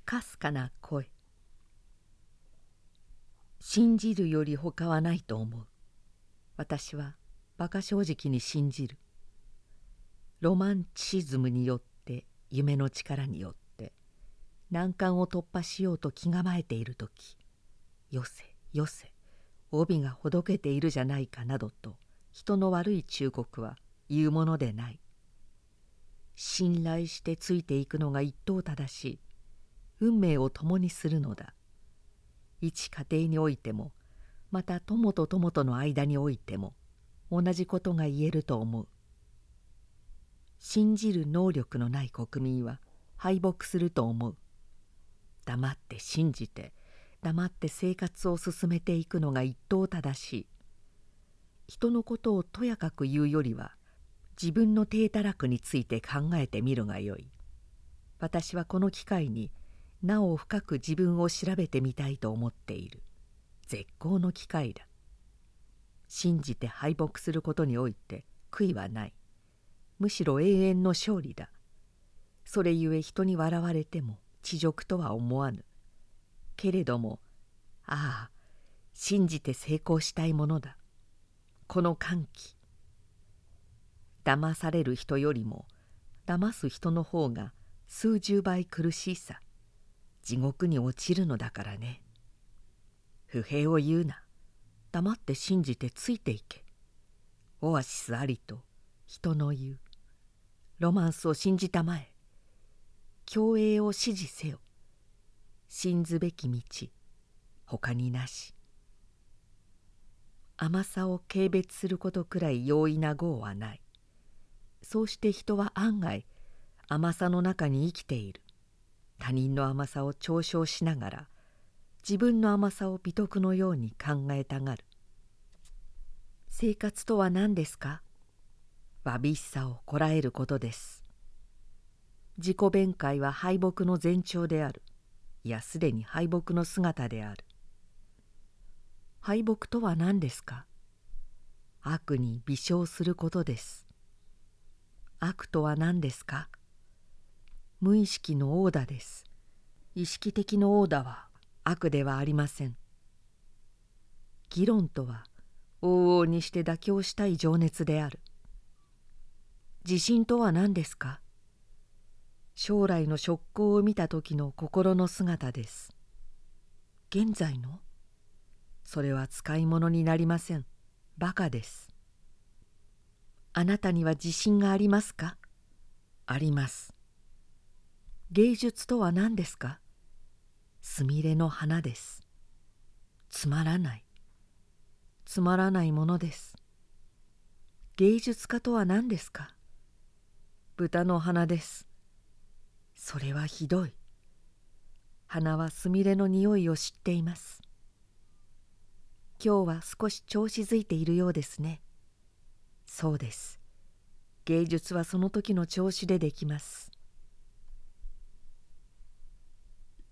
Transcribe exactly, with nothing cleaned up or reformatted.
かすかな声。信じるよりほかはないと思う。私は馬鹿正直に信じる。ロマンチシズムによって、夢の力によって難関を突破しようと気構えているとき、よせよせ、帯がほどけているじゃないかなどと人の悪い忠告は言うものでない。信頼してついていくのが一等正しい。運命を共にするのだ。一家庭においても、また友と友との間においても同じことが言えると思う。信じる能力のない国民は敗北すると思う。黙って信じて、黙って生活を進めていくのが一等正しい。人のことをとやかく言うよりは、自分の体たらくについて考えてみるがよい。私はこの機会になお深く自分を調べてみたいと思っている。絶好の機会だ。信じて敗北することにおいて悔いはない。むしろ永遠の勝利だ。それゆえ人に笑われても恥辱とは思わぬ。けれども、ああ、信じて成功したいものだ。この歓喜。騙される人よりも騙す人の方が数十倍苦しいさ。地獄に落ちるのだからね。不平を言うな。黙って信じてついていけ。オアシスありと人の言う。ロマンスを信じたまえ。共栄を支持せよ。信ずべき道、他になし。甘さを軽蔑することくらい容易な業はない。そうして人は案外甘さの中に生きている。他人の甘さを嘲笑しながら自分の甘さを美徳のように考えたがる。生活とは何ですか？わびしさをこらえることです。自己弁解は敗北の前兆である。いやすでに敗北の姿である。敗北とは何ですか？悪に微笑することです。悪とは何ですか？無意識の殴打です。意識的の殴打は悪ではありません。議論とは往々にして妥協したい情熱である。自信とは何ですか？将来の職行を見た時の心の姿です。現在の？それは使い物になりません。バカです。あなたには自信がありますか？あります。芸術とは何ですか？すみれの花です。つまらない。つまらないものです。芸術家とは何ですか？豚の花です。それはひどい。花はすみれの匂いを知っています。今日は少し調子づいているようですね。そうです。芸術はその時の調子でできます。